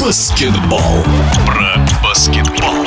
Баскетбол. Про баскетбол.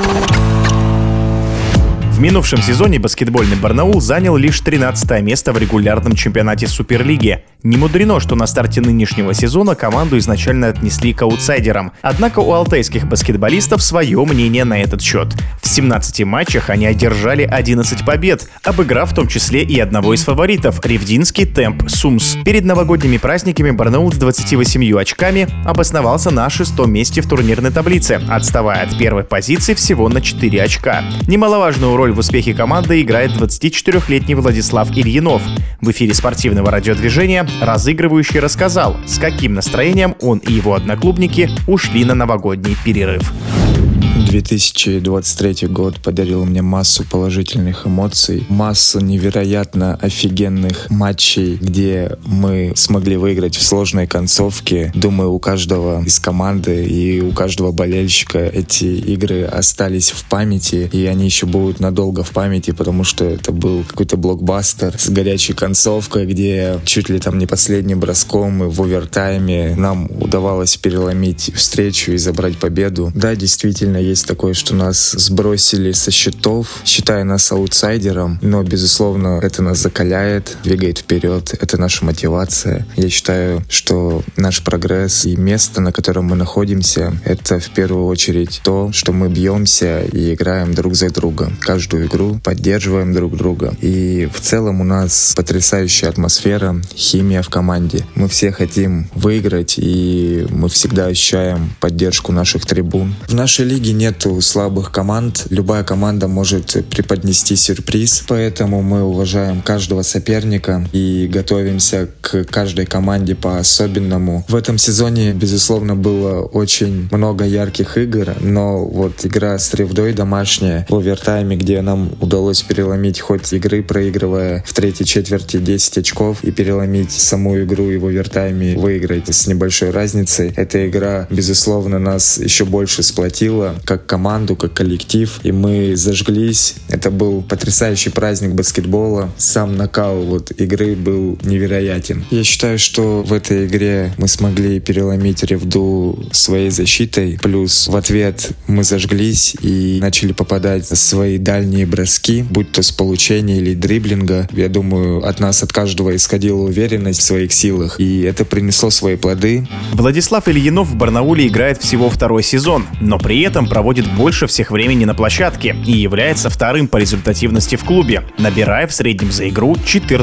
В минувшем сезоне баскетбольный Барнаул занял лишь 13-е место в регулярном чемпионате Суперлиги. Не мудрено, что на старте нынешнего сезона команду изначально отнесли к аутсайдерам. Однако у алтайских баскетболистов свое мнение на этот счет. В 17 матчах они одержали 11 побед, обыграв в том числе и одного из фаворитов – Ревдинский Темп Сумс. Перед новогодними праздниками Барнаул с 28 очками обосновался на 6-м месте в турнирной таблице, отставая от первой позиции всего на 4 очка. Немаловажную роль в успехе команды играет 24-летний Владислав Ильинов. В эфире спортивного радиодвижения разыгрывающий рассказал, с каким настроением он и его одноклубники ушли на новогодний перерыв. 2023 год подарил мне массу положительных эмоций, массу невероятно офигенных матчей, где мы смогли выиграть в сложной концовке. Думаю, у каждого из команды и у каждого болельщика эти игры остались в памяти, и они еще будут надолго в памяти, потому что это был какой-то блокбастер с горячей концовкой, где чуть ли там не последним броском и в овертайме нам удавалось переломить встречу и забрать победу. Да, действительно, есть такое, что нас сбросили со счетов, считая нас аутсайдером, но, безусловно, это нас закаляет, двигает вперед, это наша мотивация. Я считаю, что наш прогресс и место, на котором мы находимся, это в первую очередь то, что мы бьемся и играем друг за друга. Каждую игру поддерживаем друг друга. И в целом у нас потрясающая атмосфера, химия в команде. Мы все хотим выиграть, и мы всегда ощущаем поддержку наших трибун. В нашей лиге нету слабых команд. Любая команда может преподнести сюрприз, поэтому мы уважаем каждого соперника и готовимся к каждой команде по-особенному. В этом сезоне, безусловно, было очень много ярких игр, но вот игра с Ревдой домашняя в овертайме, где нам удалось переломить ход игры, проигрывая в третьей четверти 10 очков, и переломить саму игру и в овертайме выиграть с небольшой разницей. Эта игра, безусловно, нас еще больше сплотила, как команду, как коллектив, и мы зажглись. Это был потрясающий праздник баскетбола. Сам накал игры был невероятен. Я считаю, что в этой игре мы смогли переломить Ревду своей защитой, плюс в ответ мы зажглись и начали попадать в свои дальние броски, будь то с получения или дриблинга. Я думаю, от нас, от каждого исходила уверенность в своих силах, и это принесло свои плоды. Владислав Ильинов в Барнауле играет всего второй сезон, но при этом проводит больше всех времени на площадке и является вторым по результативности в клубе, набирая в среднем за игру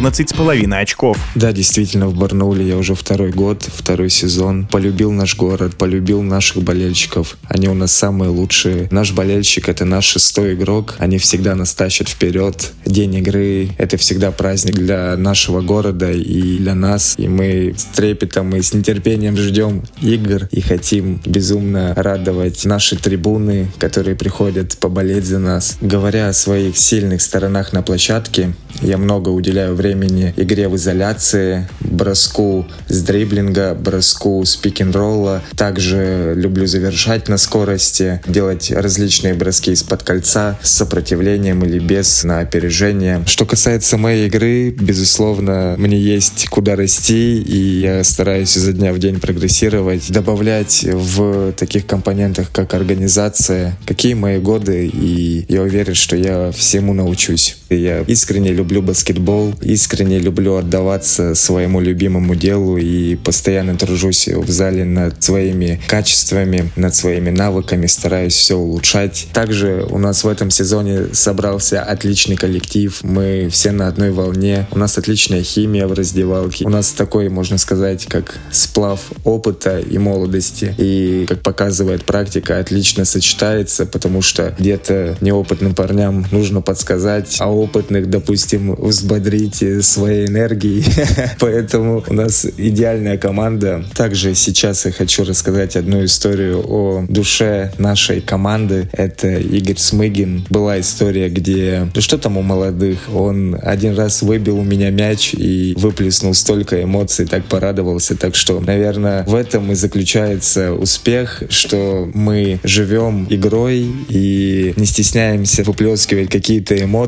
14,5 очков. Да, действительно, в Барнауле я уже второй год, второй сезон. Полюбил наш город, полюбил наших болельщиков. Они у нас самые лучшие. Наш болельщик — это наш 6-й игрок. Они всегда нас тащат вперед. День игры — это всегда праздник для нашего города и для нас. И мы с трепетом и с нетерпением ждем игр и хотим безумно радовать наши трибуны, которые приходят поболеть за нас. Говоря о своих сильных сторонах на площадке, я много уделяю времени игре в изоляции, броску с дриблинга, броску с пик-н-ролла. Также люблю завершать на скорости, делать различные броски из-под кольца с сопротивлением или без, на опережение. Что касается моей игры, безусловно, мне есть куда расти, и я стараюсь изо дня в день прогрессировать, добавлять в таких компонентах, как организация, какие мои годы, и я уверен, что я всему научусь. Я искренне люблю баскетбол, искренне люблю отдаваться своему любимому делу и постоянно тружусь в зале над своими качествами, над своими навыками, стараюсь все улучшать. Также у нас в этом сезоне собрался отличный коллектив, мы все на одной волне, у нас отличная химия в раздевалке, у нас такой, можно сказать, как сплав опыта и молодости, и, как показывает практика, отлично сочетается, потому что где-то неопытным парням нужно подсказать, а опытных, допустим, взбодрить своей энергией. Поэтому у нас идеальная команда. Также сейчас я хочу рассказать одну историю о душе нашей команды. Это Игорь Смыгин. Была история, где... что там у молодых? Он один раз выбил у меня мяч и выплеснул столько эмоций, так порадовался. Так что, наверное, в этом и заключается успех, что мы живем игрой и не стесняемся выплескивать какие-то эмоции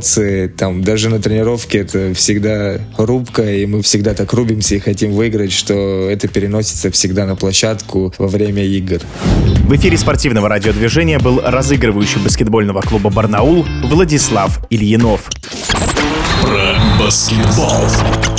команды, там даже на тренировке это всегда рубка, и мы всегда так рубимся и хотим выиграть, что это переносится всегда на площадку во время игр. В эфире спортивного радиодвижения был разыгрывающий баскетбольного клуба «Барнаул» Владислав Ильинов. Про баскетбол.